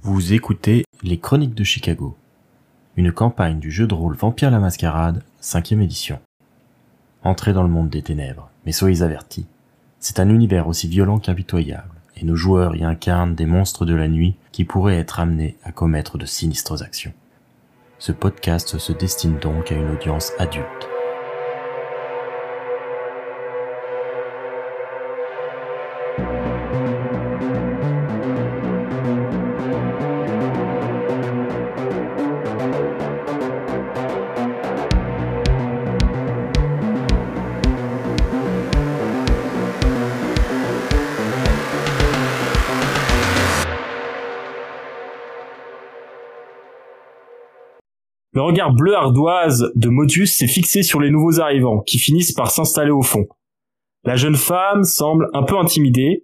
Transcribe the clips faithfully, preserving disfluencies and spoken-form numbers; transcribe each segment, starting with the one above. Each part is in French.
Vous écoutez Les Chroniques de Chicago, une campagne du jeu de rôle Vampire la Mascarade, cinquième édition. Entrez dans le monde des ténèbres, mais soyez avertis, c'est un univers aussi violent qu'impitoyable, et nos joueurs y incarnent des monstres de la nuit qui pourraient être amenés à commettre de sinistres actions. Ce podcast se destine donc à une audience adulte. Le regard bleu ardoise de Modius s'est fixé sur les nouveaux arrivants, qui finissent par s'installer au fond. La jeune femme semble un peu intimidée.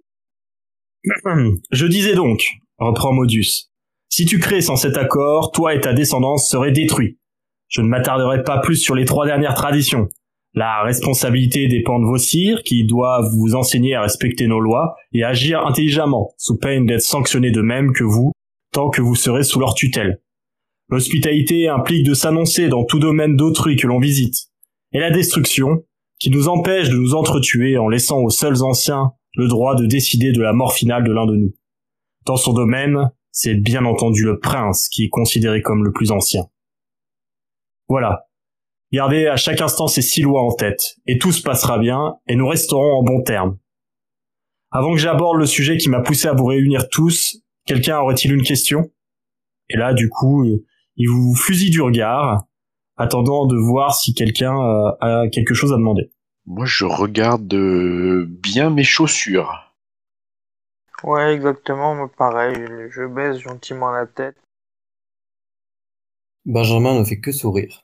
« Je disais donc, reprend Modius, si tu crées sans cet accord, toi et ta descendance seraient détruits. Je ne m'attarderai pas plus sur les trois dernières traditions. La responsabilité dépend de vos sires, qui doivent vous enseigner à respecter nos lois et à agir intelligemment, sous peine d'être sanctionnés de même que vous, tant que vous serez sous leur tutelle. L'hospitalité implique de s'annoncer dans tout domaine d'autrui que l'on visite, et la destruction, qui nous empêche de nous entretuer en laissant aux seuls anciens le droit de décider de la mort finale de l'un de nous. Dans son domaine, c'est bien entendu le prince qui est considéré comme le plus ancien. Voilà. Gardez à chaque instant ces six lois en tête, et tout se passera bien, et nous resterons en bons termes. Avant que j'aborde le sujet qui m'a poussé à vous réunir tous, quelqu'un aurait-il une question ? Et là, du coup, il vous fusille du regard, attendant de voir si quelqu'un euh, a quelque chose à demander. Moi, je regarde euh, bien mes chaussures. Ouais, exactement, moi pareil, je, je baisse gentiment la tête. Benjamin ne fait que sourire.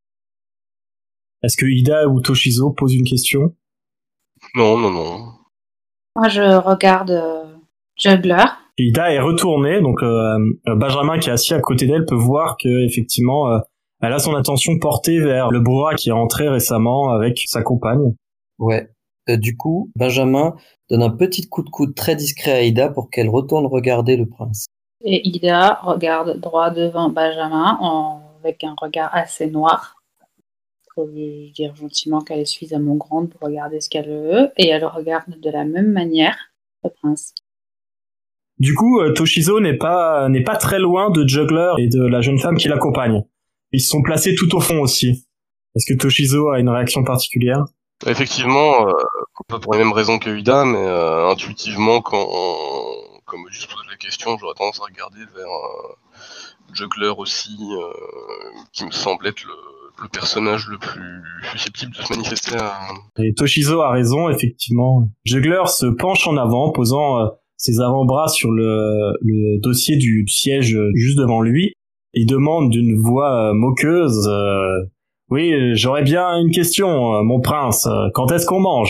Est-ce que Ida ou Toshizo posent une question ? Non, non, non. Moi, je regarde euh, Juggler. Ida est retournée, donc euh, Benjamin qui est assis à côté d'elle peut voir que effectivement, euh, elle a son attention portée vers le brouhaha qui est rentré récemment avec sa compagne. Ouais. Euh, du coup, Benjamin donne un petit coup de coude très discret à Ida pour qu'elle retourne regarder le prince. Et Ida regarde droit devant Benjamin en... avec un regard assez noir. Pour lui dire gentiment qu'elle est suffisamment grande pour regarder ce qu'elle veut. Et elle regarde de la même manière le prince. Du coup, euh, Toshizo n'est pas n'est pas très loin de Juggler et de la jeune femme qui l'accompagne. Ils se sont placés tout au fond aussi. Est-ce que Toshizo a une réaction particulière ? Effectivement, euh, pas pour les mêmes raisons que Ida, mais euh, intuitivement, quand, on, quand Modius pose la question, j'aurais tendance à regarder vers euh, Juggler aussi, euh, qui me semble être le, le personnage le plus susceptible de se manifester à... Et Toshizo a raison, effectivement. Juggler se penche en avant, posant... Euh, ses avant-bras sur le, le dossier du siège juste devant lui. Il demande d'une voix euh, moqueuse euh, « Oui, j'aurais bien une question, euh, mon prince. Quand est-ce qu'on mange ?»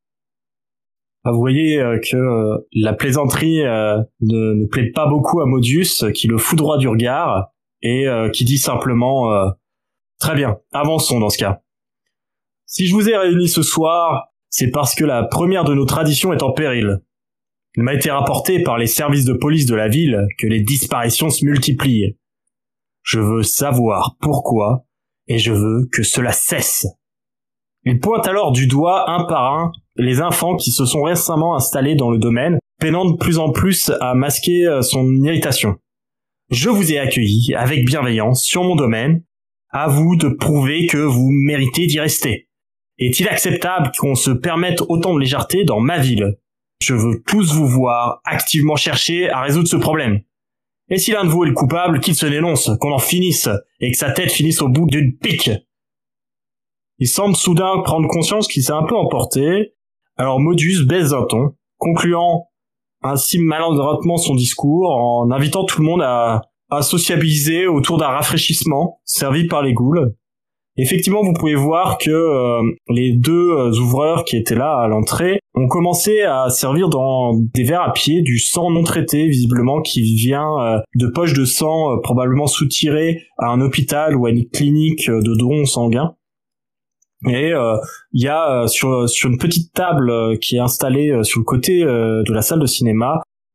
Vous voyez euh, que euh, la plaisanterie euh, ne, ne plaît pas beaucoup à Modius, qui le foudroie du regard et euh, qui dit simplement euh, « Très bien, avançons dans ce cas. Si je vous ai réunis ce soir, c'est parce que la première de nos traditions est en péril. » Il m'a été rapporté par les services de police de la ville que les disparitions se multiplient. Je veux savoir pourquoi, et je veux que cela cesse. Il pointe alors du doigt un par un les enfants qui se sont récemment installés dans le domaine, peinant de plus en plus à masquer son irritation. Je vous ai accueillis avec bienveillance sur mon domaine, à vous de prouver que vous méritez d'y rester. Est-il acceptable qu'on se permette autant de légèreté dans ma ville ? Je veux tous vous voir activement chercher à résoudre ce problème. Et si l'un de vous est le coupable, qu'il se dénonce, qu'on en finisse, et que sa tête finisse au bout d'une pique. Il semble soudain prendre conscience qu'il s'est un peu emporté, alors Modius baisse d'un ton, concluant ainsi maladroitement son discours en invitant tout le monde à, à sociabiliser autour d'un rafraîchissement servi par les ghouls. Effectivement, vous pouvez voir que euh, les deux euh, ouvreurs qui étaient là à l'entrée ont commencé à servir dans des verres à pied du sang non traité, visiblement, qui vient euh, de poches de sang euh, probablement soutirées à un hôpital ou à une clinique euh, de dons sanguins. Et euh, il y a euh, sur, sur une petite table euh, qui est installée euh, sur le côté euh, de la salle de cinéma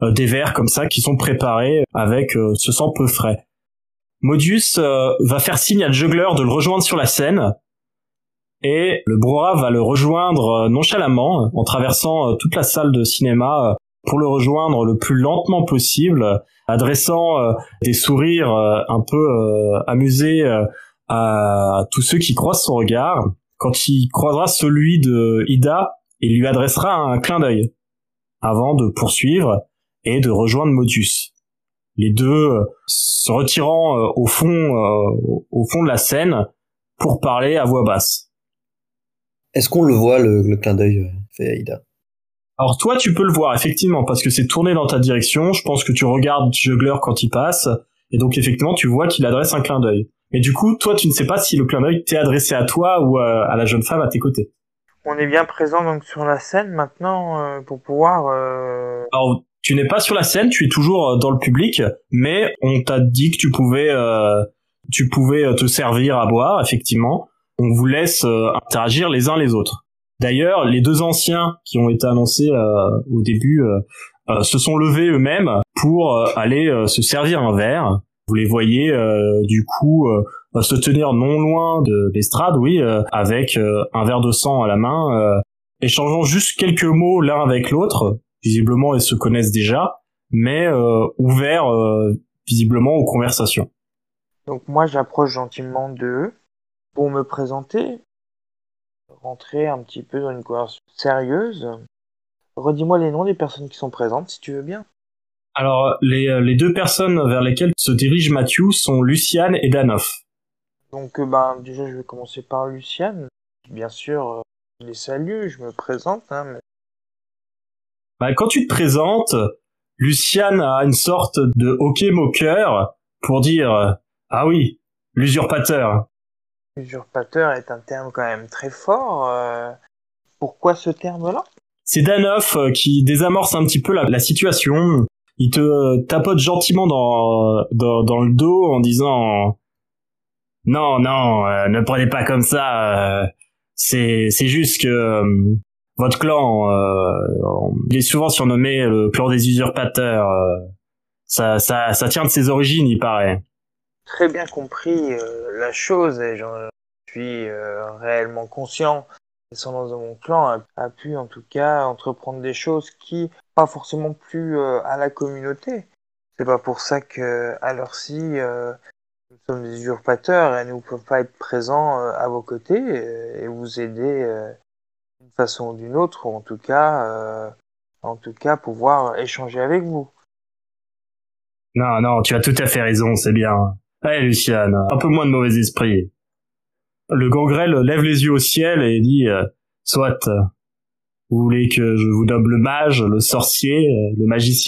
euh, des verres comme ça qui sont préparés avec euh, ce sang peu frais. Modius euh, va faire signe à Juggler de le rejoindre sur la scène et le Brora va le rejoindre euh, nonchalamment en traversant euh, toute la salle de cinéma euh, pour le rejoindre le plus lentement possible, adressant euh, des sourires euh, un peu euh, amusés euh, à tous ceux qui croisent son regard. Quand il croisera celui de Ida, il lui adressera un clin d'œil avant de poursuivre et de rejoindre Modius. Les deux euh, se retirant euh, au fond euh, au fond de la scène pour parler à voix basse. Est-ce qu'on le voit, le, le clin d'œil fait à Ida? Alors toi, tu peux le voir, effectivement, parce que c'est tourné dans ta direction. Je pense que tu regardes Juggler quand il passe, et donc effectivement, tu vois qu'il adresse un clin d'œil. Mais du coup, toi, tu ne sais pas si le clin d'œil t'est adressé à toi ou à, à la jeune femme à tes côtés. On est bien présent donc sur la scène maintenant euh, pour pouvoir... Euh... Alors, tu n'es pas sur la scène, tu es toujours dans le public, mais on t'a dit que tu pouvais, euh, tu pouvais te servir à boire, effectivement. On vous laisse euh, interagir les uns les autres. D'ailleurs, les deux anciens qui ont été annoncés euh, au début euh, euh, se sont levés eux-mêmes pour euh, aller euh, se servir un verre. Vous les voyez euh, du coup euh, se tenir non loin de l'estrade, oui, euh, avec euh, un verre de sang à la main, euh, échangeant juste quelques mots l'un avec l'autre. Visiblement, ils se connaissent déjà, mais euh, ouverts euh, visiblement aux conversations. Donc moi, j'approche gentiment d'eux pour me présenter, rentrer un petit peu dans une conversation sérieuse. Redis-moi les noms des personnes qui sont présentes, si tu veux bien. Alors, les, les deux personnes vers lesquelles se dirige Matthew sont Luciane et Danoff. Donc, euh, ben, déjà, je vais commencer par Luciane. Bien sûr, euh, je les salue, je me présente. Hein, mais... Bah, quand tu te présentes, Luciane a une sorte de hockey moqueur pour dire euh, « Ah oui, l'usurpateur ». Usurpateur est un terme quand même très fort. Euh, pourquoi ce terme-là? C'est Danoff euh, qui désamorce un petit peu la, la situation. Il te euh, tapote gentiment dans, dans, dans le dos en disant « Non, non, euh, ne prenez pas comme ça. Euh, c'est, c'est juste que euh, votre clan, euh, il est souvent surnommé le clan des usurpateurs. Euh, ça, ça, ça tient de ses origines, il paraît. » Très bien compris euh, la chose et j'en suis euh, réellement conscient. Descendance de mon clan a, a pu en tout cas entreprendre des choses qui pas forcément plus euh, à la communauté. C'est pas pour ça que à l'heure-ci euh, nous sommes des usurpateurs et nous ne pouvons pas être présents euh, à vos côtés et, et vous aider euh, d'une façon ou d'une autre, ou en tout cas, euh, en tout cas pouvoir échanger avec vous. Non, non, tu as tout à fait raison, c'est bien. Allez, Luciane, un peu moins de mauvais esprit. Le gangrel lève les yeux au ciel et dit euh, « Soit, vous voulez que je vous nomme le mage, le sorcier, le magicien ?»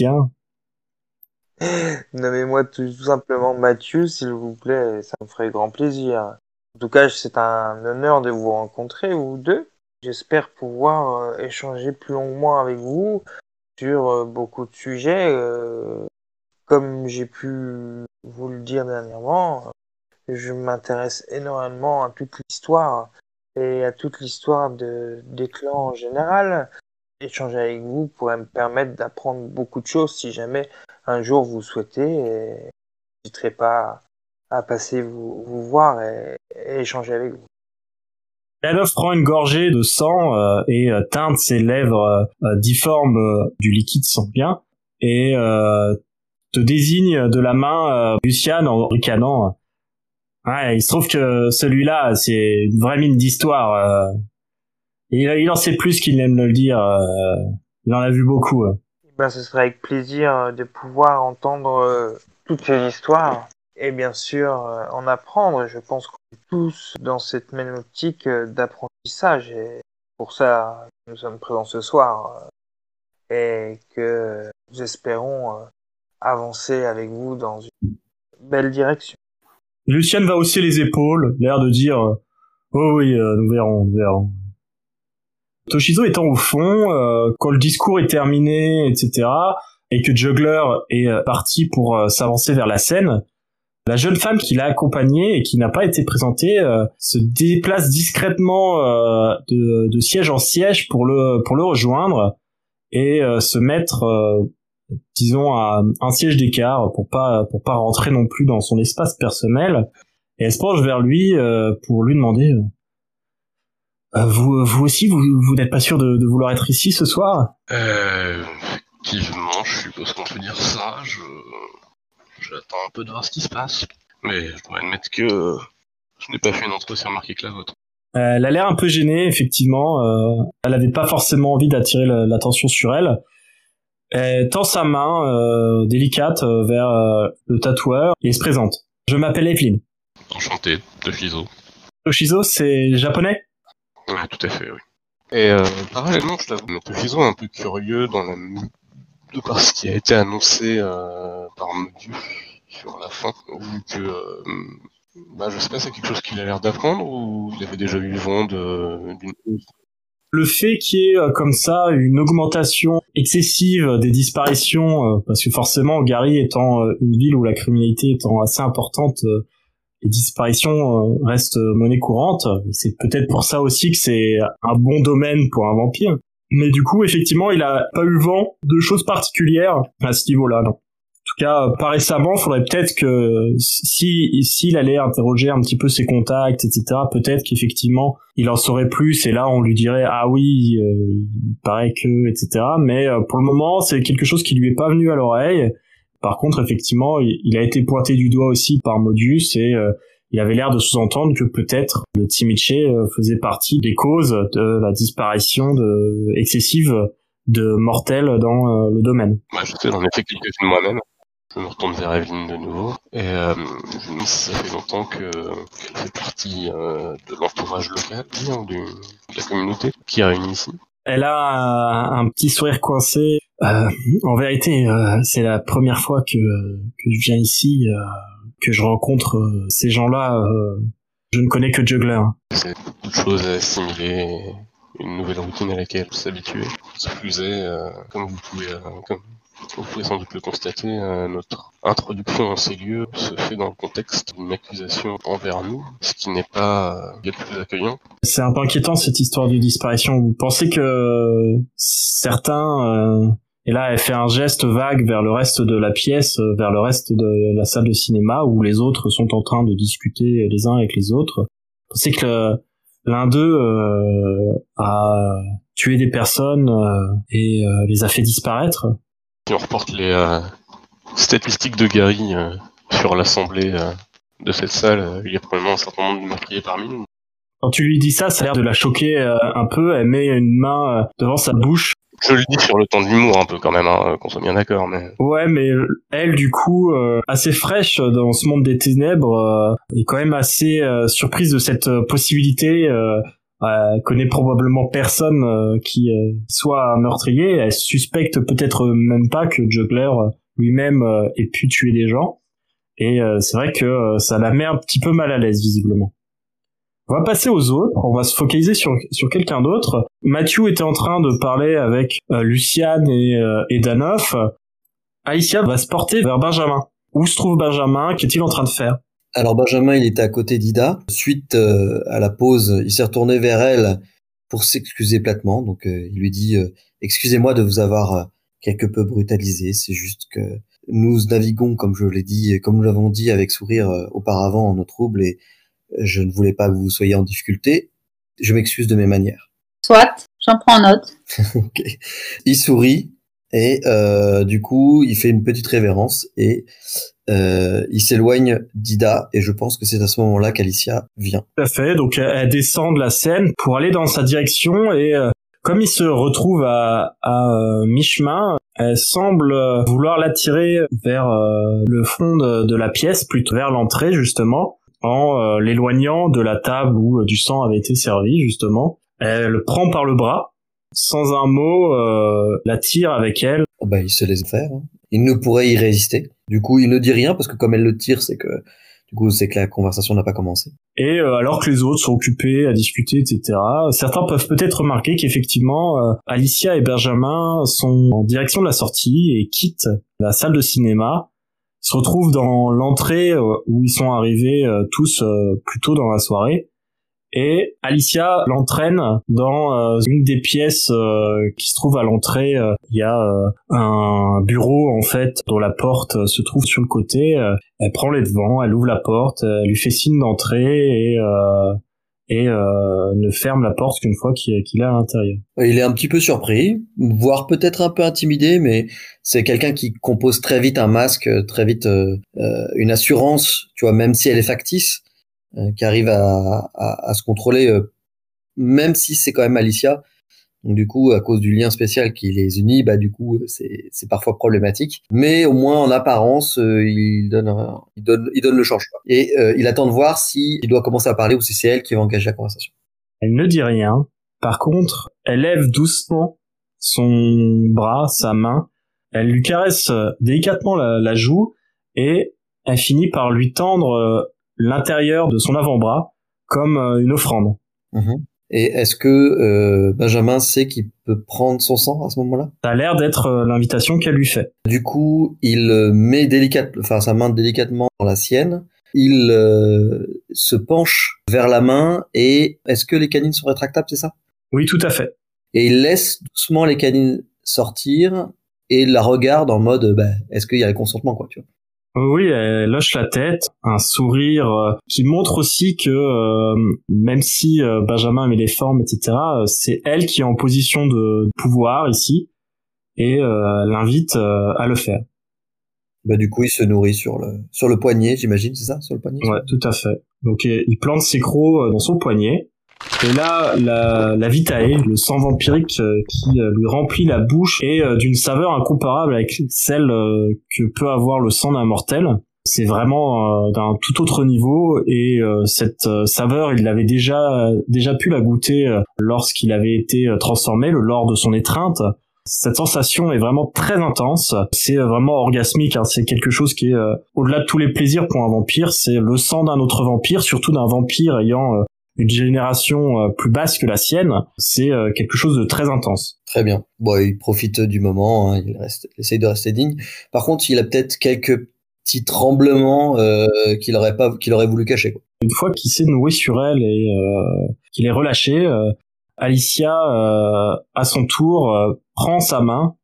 Nommez-moi tout simplement Mathieu, s'il vous plaît, ça me ferait grand plaisir. En tout cas, c'est un honneur de vous rencontrer, vous deux. J'espère pouvoir euh, échanger plus longuement avec vous sur euh, beaucoup de sujets. Euh, comme j'ai pu vous le dire dernièrement, je m'intéresse énormément à toute l'histoire et à toute l'histoire de, des clans en général. Échanger avec vous pourrait me permettre d'apprendre beaucoup de choses si jamais un jour vous souhaitez. Et n'hésiterez pas à passer vous, vous voir et, et échanger avec vous. Danoff prend une gorgée de sang euh, et euh, teinte ses lèvres euh, difformes euh, du liquide sanguin et euh, te désigne de la main euh, Luciane en ricanant. Ouais, il se trouve que celui-là, c'est une vraie mine d'histoire. Euh. Il, il en sait plus qu'il n'aime le dire. Euh. Il en a vu beaucoup. Euh. Ben, ce serait avec plaisir de pouvoir entendre euh, toutes ces histoires et bien sûr euh, en apprendre. Je pense qu'on est tous dans cette même optique euh, d'apprentissage et pour ça nous sommes présents ce soir euh, et que nous espérons euh, avancer avec vous dans une belle direction. Luciane va hausser les épaules, l'air de dire « Oh oui, euh, nous verrons, nous verrons ». Toshizo étant au fond, euh, quand le discours est terminé, et cetera, et que Juggler est euh, parti pour euh, s'avancer vers la scène, la jeune femme qui l'a accompagnée et qui n'a pas été présentée euh, se déplace discrètement euh, de, de siège en siège pour le pour le rejoindre et euh, se mettre euh, disons, à un siège d'écart pour pas pour pas rentrer non plus dans son espace personnel. Et elle se penche vers lui euh, pour lui demander euh, vous vous aussi vous vous n'êtes pas sûr de, de vouloir être ici ce soir? Euh, effectivement, je suppose qu'on peut dire ça. Je j'attends un peu de voir ce qui se passe, mais je dois admettre que euh, je n'ai pas fait une entrée aussi remarquée que la vôtre. Euh, elle a l'air un peu gênée, effectivement. Euh, elle avait pas forcément envie d'attirer la- l'attention sur elle. Elle tend sa main euh, délicate euh, vers euh, le tatoueur et se présente. Je m'appelle Evelyn. Enchanté, Toshizo. Toshizo, c'est japonais? Ouais, tout à fait, oui. Et euh, parallèlement, je t'avoue, Toshizo est un peu curieux dans la de par ce qui a été annoncé euh, par Modius sur la fin, vu que euh, bah je sais pas, c'est quelque chose qu'il a l'air d'apprendre ou il avait déjà eu le vent de, d'une Le fait qu'il y ait euh, comme ça une augmentation excessive des disparitions, euh, parce que forcément Gary étant euh, une ville où la criminalité étant assez importante, euh, les disparitions euh, restent monnaie courante. Et c'est peut-être pour ça aussi que c'est un bon domaine pour un vampire. Mais du coup, effectivement, il a pas eu le vent de choses particulières à ce niveau-là, non. En tout cas, pas récemment, faudrait peut-être que si s'il allait interroger un petit peu ses contacts, et cetera, peut-être qu'effectivement, il en saurait plus, et là, on lui dirait, ah oui, euh, il paraît que, et cetera. Mais euh, pour le moment, c'est quelque chose qui lui est pas venu à l'oreille. Par contre, effectivement, il, il a été pointé du doigt aussi par Modius, et euh, il avait l'air de sous-entendre que peut-être le Timiche euh, faisait partie des causes de la disparition de, excessive de mortels dans euh, le domaine. Bah, je sais, j'en ai fait quelques-unes moi-même. Je me retourne vers Evelyne de nouveau, et euh, je me dis si ça fait longtemps que, qu'elle fait partie euh, de l'entourage local, ou du, de la communauté qui réunit ici. Elle a un, un petit sourire coincé. Euh, en vérité, euh, c'est la première fois que, que je viens ici, euh, que je rencontre euh, ces gens-là. Euh, je ne connais que Juggler. C'est beaucoup de choses à assimiler, et une nouvelle routine à laquelle s'habituer. Ce plus est, euh, comme vous pouvez, euh, comme vous pouvez sans doute le constater, euh, notre introduction en ces lieux se fait dans le contexte d'une accusation envers nous, ce qui n'est pas euh, le plus accueillant. C'est un peu inquiétant cette histoire de disparition. Vous pensez que certains... Euh, et là, elle fait un geste vague vers le reste de la pièce, vers le reste de la salle de cinéma, où les autres sont en train de discuter les uns avec les autres. Vous pensez que le, l'un d'eux euh, a tué des personnes euh, et euh, les a fait disparaître? Si on reporte les euh, statistiques de Gary euh, sur l'assemblée euh, de cette salle, euh, il y a probablement un certain nombre de meurtriers parmi nous. Quand tu lui dis ça, ça a l'air de la choquer euh, un peu. Elle met une main euh, devant sa bouche. Je le dis sur le ton de l'humour un peu quand même, hein, qu'on soit bien d'accord, mais... Ouais, mais elle, du coup, euh, assez fraîche dans ce monde des ténèbres, euh, est quand même assez euh, surprise de cette euh, possibilité. Euh, elle connaît probablement personne euh, qui euh, soit un meurtrier. Elle suspecte peut-être même pas que Juggler euh, lui-même euh, ait pu tuer des gens. Et euh, c'est vrai que euh, ça la met un petit peu mal à l'aise, visiblement. On va passer aux autres, on va se focaliser sur sur quelqu'un d'autre. Matthew était en train de parler avec euh, Luciane et, euh, et Danoff. Alicia va se porter vers Benjamin. Où se trouve Benjamin? Qu'est-il en train de faire? Alors Benjamin, il était à côté d'Ida. Suite euh, à la pause, il s'est retourné vers elle pour s'excuser platement. Donc euh, il lui dit euh, « Excusez-moi de vous avoir euh, quelque peu brutalisé. C'est juste que nous naviguons, comme je l'ai dit, comme nous l'avons dit avec sourire euh, auparavant, en eau trouble et je ne voulais pas que vous soyez en difficulté. Je m'excuse de mes manières. » Soit, j'en prends note. Ok. Il sourit et euh, du coup, il fait une petite révérence et euh, il s'éloigne d'Ida et je pense que c'est à ce moment-là qu'Alicia vient. Tout à fait, donc elle descend de la scène pour aller dans sa direction et euh, comme il se retrouve à, à euh, mi-chemin, elle semble vouloir l'attirer vers euh, le fond de, de la pièce, plutôt vers l'entrée justement, en euh, l'éloignant de la table où euh, du sang avait été servi, justement. Elle le prend par le bras, sans un mot, euh, la tire avec elle. Oh bah, il se laisse faire. Hein. Il ne pourrait y résister. Du coup, il ne dit rien, parce que comme elle le tire, c'est que du coup, c'est que la conversation n'a pas commencé. Et euh, alors que les autres sont occupés à discuter, et cetera, certains peuvent peut-être remarquer qu'effectivement, euh, Alicia et Benjamin sont en direction de la sortie et quittent la salle de cinéma, se retrouvent dans l'entrée où ils sont arrivés euh, tous euh, plus tôt dans la soirée. et Alicia l'entraîne dans euh, une des pièces euh, qui se trouve à l'entrée. Euh, il y a euh, un bureau en fait dont la porte euh, se trouve sur le côté. Euh, elle prend les devants, elle ouvre la porte, elle lui fait signe d'entrer et euh, et euh, ne ferme la porte qu'une fois qu'il, qu'il est à l'intérieur. Il est un petit peu surpris, voire peut-être un peu intimidé, mais c'est quelqu'un qui compose très vite un masque, très vite euh, euh, une assurance, tu vois, même si elle est factice, euh, qui arrive à, à, à se contrôler, euh, même si c'est quand même Alicia. Donc du coup, à cause du lien spécial qui les unit, bah du coup, c'est, c'est parfois problématique. Mais au moins en apparence, euh, il donne, un, il donne, il donne le change. Et euh, il attend de voir si il doit commencer à parler ou si c'est elle qui va engager la conversation. Elle ne dit rien. Par contre, elle lève doucement son bras, sa main. Elle lui caresse délicatement la, la joue et elle finit par lui tendre l'intérieur de son avant-bras comme une offrande. Mmh. Et est-ce que euh, Benjamin sait qu'il peut prendre son sang à ce moment-là? Ça a l'air d'être l'invitation qu'elle lui fait. Du coup, il met délicate, enfin sa main délicatement dans la sienne. Il euh, se penche vers la main et est-ce que les canines sont rétractables, c'est ça? Oui, tout à fait. Et il laisse doucement les canines sortir et il la regarde en mode, bah, est-ce qu'il y a le consentement, quoi, tu vois? Oui, elle lâche la tête, un sourire euh, qui montre aussi que euh, même si euh, Benjamin met les formes, et cetera, euh, c'est elle qui est en position de pouvoir ici et euh, l'invite euh, à le faire. Bah du coup, il se nourrit sur le sur le poignet, j'imagine, c'est ça, sur le poignet. Ouais, tout à fait. Donc il plante ses crocs dans son poignet. Et là, la, la vitae, le sang vampirique euh, qui euh, lui remplit la bouche est euh, d'une saveur incomparable avec celle euh, que peut avoir le sang d'un mortel. C'est vraiment euh, d'un tout autre niveau et euh, cette euh, saveur, il l'avait déjà déjà pu la goûter euh, lorsqu'il avait été euh, transformé, le lors de son étreinte. Cette sensation est vraiment très intense, c'est vraiment orgasmique, hein. C'est quelque chose qui est euh, au-delà de tous les plaisirs pour un vampire, c'est le sang d'un autre vampire, surtout d'un vampire ayant euh, une génération euh, plus basse que la sienne, c'est euh, quelque chose de très intense. Très bien. Bon, il profite du moment, hein, il reste, il essaye de rester digne. Par contre, il a peut-être quelques petits tremblements euh, qu'il aurait pas, qu'il aurait voulu cacher, quoi. Une fois qu'il s'est nourri sur elle et euh, qu'il est relâché, euh, Alicia, euh, à son tour, euh, prend sa main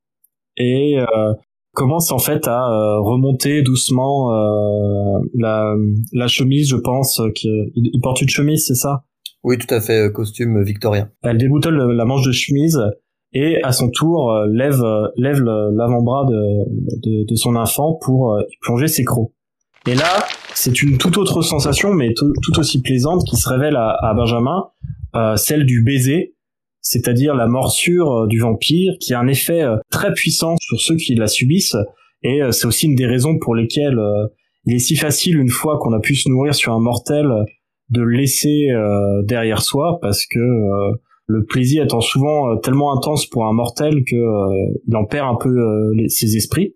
et euh, commence en fait à euh, remonter doucement euh, la, la chemise, je pense qu'il il porte une chemise, c'est ça? Oui, tout à fait, costume victorien. Elle déboutonne la manche de chemise et à son tour euh, lève lève le, l'avant-bras de, de de son enfant pour euh, plonger ses crocs. Et là, c'est une toute autre sensation, mais tout, tout aussi plaisante, qui se révèle à, à Benjamin, euh, celle du baiser, c'est-à-dire la morsure du vampire, qui a un effet très puissant sur ceux qui la subissent, et c'est aussi une des raisons pour lesquelles euh, il est si facile, une fois qu'on a pu se nourrir sur un mortel, de le laisser euh, derrière soi, parce que euh, le plaisir étant souvent tellement intense pour un mortel que euh, il en perd un peu euh, les, ses esprits.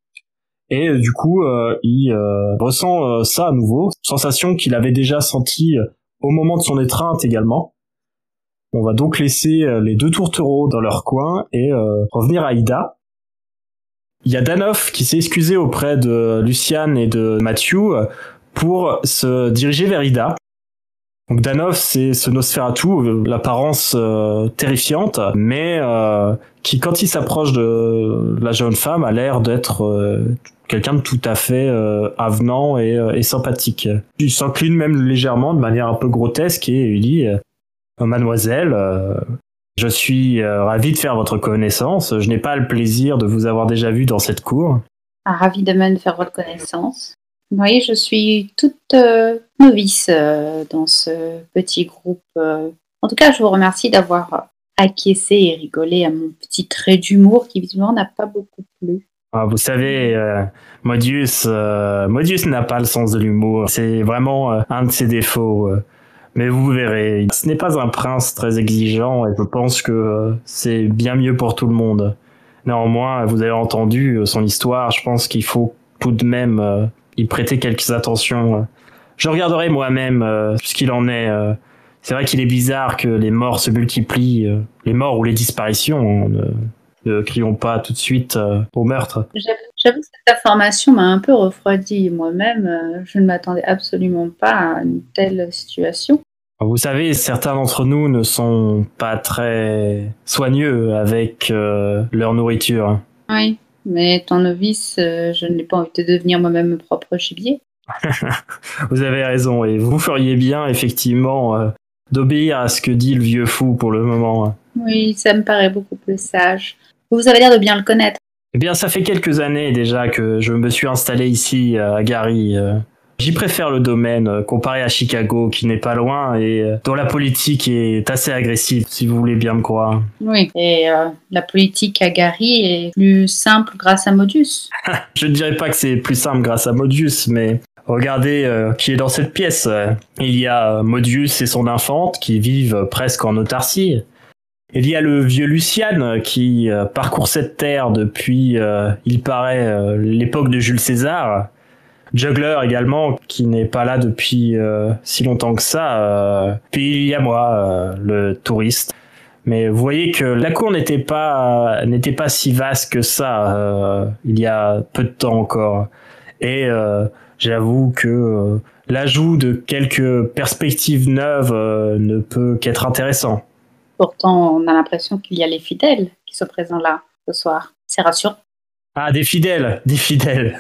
Et euh, du coup, euh, il euh, ressent euh, ça à nouveau, sensation qu'il avait déjà sentie au moment de son étreinte également. On va donc laisser les deux tourtereaux dans leur coin et euh, revenir à Ida. Il y a Danoff qui s'est excusé auprès de Luciane et de Mathieu pour se diriger vers Ida. Donc Danoff, c'est ce Nosferatu, l'apparence euh, terrifiante, mais euh, qui, quand il s'approche de la jeune femme, a l'air d'être euh, quelqu'un de tout à fait euh, avenant et, euh, et sympathique. Il s'incline même légèrement, de manière un peu grotesque, et il dit euh, Mademoiselle, euh, je suis euh, ravi de faire votre connaissance. Je n'ai pas le plaisir de vous avoir déjà vu dans cette cour. Ah, ravi de même de faire votre connaissance. Oui, je suis toute euh, novice euh, dans ce petit groupe. Euh. En tout cas, je vous remercie d'avoir acquiescé et rigolé à mon petit trait d'humour qui visiblement n'a pas beaucoup plu. Ah, vous savez, euh, Modius, euh, Modius n'a pas le sens de l'humour. C'est vraiment euh, un de ses défauts. Euh. Mais vous verrez, ce n'est pas un prince très exigeant et je pense que euh, c'est bien mieux pour tout le monde. Néanmoins, vous avez entendu euh, son histoire, je pense qu'il faut tout de même euh, y prêter quelques attentions. Je regarderai moi-même euh, ce qu'il en est. Euh. C'est vrai qu'il est bizarre que les morts se multiplient, euh, les morts ou les disparitions. Ne, ne crions pas tout de suite euh, au meurtre. J'avoue, j'avoue que cette information m'a un peu refroidi moi-même. Euh, je ne m'attendais absolument pas à une telle situation. Vous savez, certains d'entre nous ne sont pas très soigneux avec euh, leur nourriture. Oui, mais étant novice, euh, je n'ai pas envie de devenir moi-même mon propre gibier. Vous avez raison, et vous feriez bien, effectivement, euh, d'obéir à ce que dit le vieux fou pour le moment. Oui, ça me paraît beaucoup plus sage. Vous avez l'air de bien le connaître. Eh bien, ça fait quelques années déjà que je me suis installé ici, euh, à Gary. Euh. J'y préfère le domaine, euh, comparé à Chicago, qui n'est pas loin, et euh, dont la politique est assez agressive, si vous voulez bien me croire. Oui, et euh, la politique à Gary est plus simple grâce à Modius. Je ne dirais pas que c'est plus simple grâce à Modius, mais regardez euh, qui est dans cette pièce. Il y a euh, Modius et son infante qui vivent euh, presque en autarcie. Il y a le vieux Lucian qui euh, parcourt cette terre depuis, euh, il paraît, euh, l'époque de Jules César. Juggler également, qui n'est pas là depuis euh, si longtemps que ça. Euh. Puis il y a moi, euh, le touriste. Mais vous voyez que la cour n'était pas n'était pas si vaste que ça euh, il y a peu de temps encore. Et euh, j'avoue que euh, l'ajout de quelques perspectives neuves euh, ne peut qu'être intéressant. Pourtant, on a l'impression qu'il y a les fidèles qui sont présents là ce soir. C'est rassurant. Ah, des fidèles, des fidèles.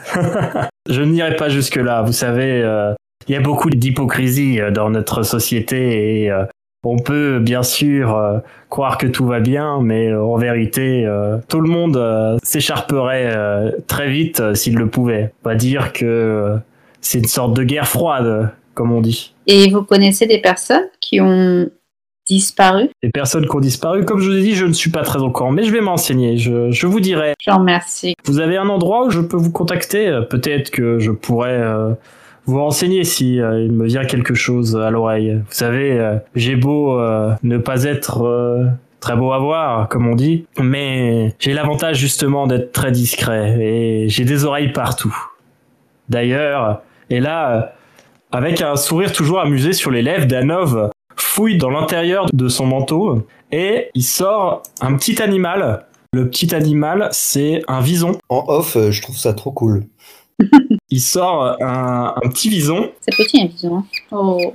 Je n'irai pas jusque-là. Vous savez, euh, il y a beaucoup d'hypocrisie dans notre société et euh, on peut bien sûr euh, croire que tout va bien, mais euh, en vérité, euh, tout le monde euh, s'écharperait euh, très vite euh, s'il le pouvait. On va dire que euh, c'est une sorte de guerre froide, comme on dit. Et vous connaissez des personnes qui ont disparu? Les personnes qui ont disparu, comme je vous ai dit, je ne suis pas très au courant, mais je vais m'enseigner, je, je vous dirai. Je vous remercie. Vous avez un endroit où je peux vous contacter? Peut-être que je pourrais euh, vous renseigner si euh, il me vient quelque chose à l'oreille. Vous savez, euh, j'ai beau euh, ne pas être euh, très beau à voir, comme on dit, mais j'ai l'avantage justement d'être très discret et j'ai des oreilles partout. D'ailleurs, et là, euh, avec un sourire toujours amusé sur les lèvres, Danov fouille dans l'intérieur de son manteau et il sort un petit animal. Le petit animal, c'est un vison. En off, euh, je trouve ça trop cool. Il sort un, un petit vison. C'est petit un vison. Hein. Oh.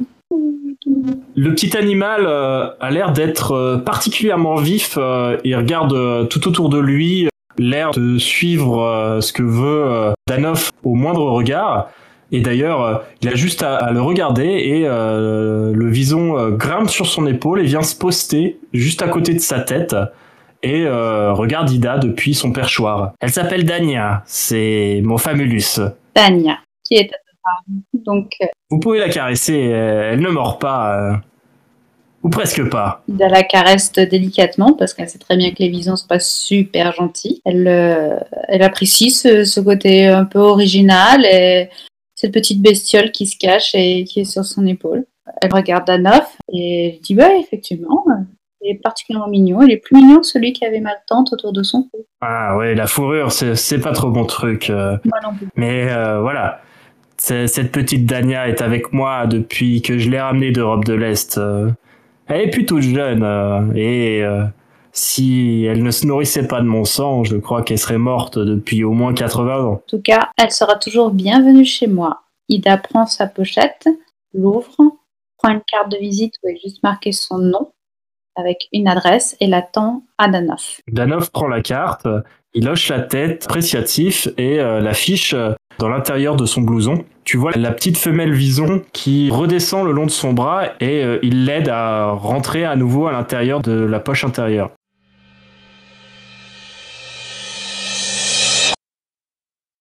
Le petit animal euh, a l'air d'être euh, particulièrement vif. Euh, il regarde euh, tout autour de lui, l'air de suivre euh, ce que veut euh, Danov au moindre regard. Et d'ailleurs, euh, il a juste à, à le regarder et euh, le vison euh, grimpe sur son épaule et vient se poster juste à côté de sa tête et euh, regarde Ida depuis son perchoir. Elle s'appelle Dania, c'est mon famulus. Dania, qui est adorable. Donc, euh, vous pouvez la caresser, elle, elle ne mord pas, euh, ou presque pas. Ida la caresse délicatement parce qu'elle sait très bien que les visons sont pas super gentils. Elle, euh, elle apprécie ce, ce côté un peu original et cette petite bestiole qui se cache et qui est sur son épaule. Elle regarde Danov et elle dit bah effectivement, il est particulièrement mignon. Il est plus mignon que celui qui avait ma tante autour de son cou. Ah ouais, la fourrure, c'est, c'est pas trop mon truc. Euh, Moi non plus. Mais euh, voilà, c'est, cette petite Dania est avec moi depuis que je l'ai ramenée d'Europe de l'Est. Euh, elle est plutôt jeune euh, et euh, si elle ne se nourrissait pas de mon sang, je crois qu'elle serait morte depuis au moins quatre-vingts ans. En tout cas, elle sera toujours bienvenue chez moi. Ida prend sa pochette, l'ouvre, prend une carte de visite où est juste marqué son nom avec une adresse et la tend à Danov. Danov prend la carte, il hoche la tête, appréciatif, et euh, l'affiche dans l'intérieur de son blouson. Tu vois la petite femelle vison qui redescend le long de son bras et euh, il l'aide à rentrer à nouveau à l'intérieur de la poche intérieure.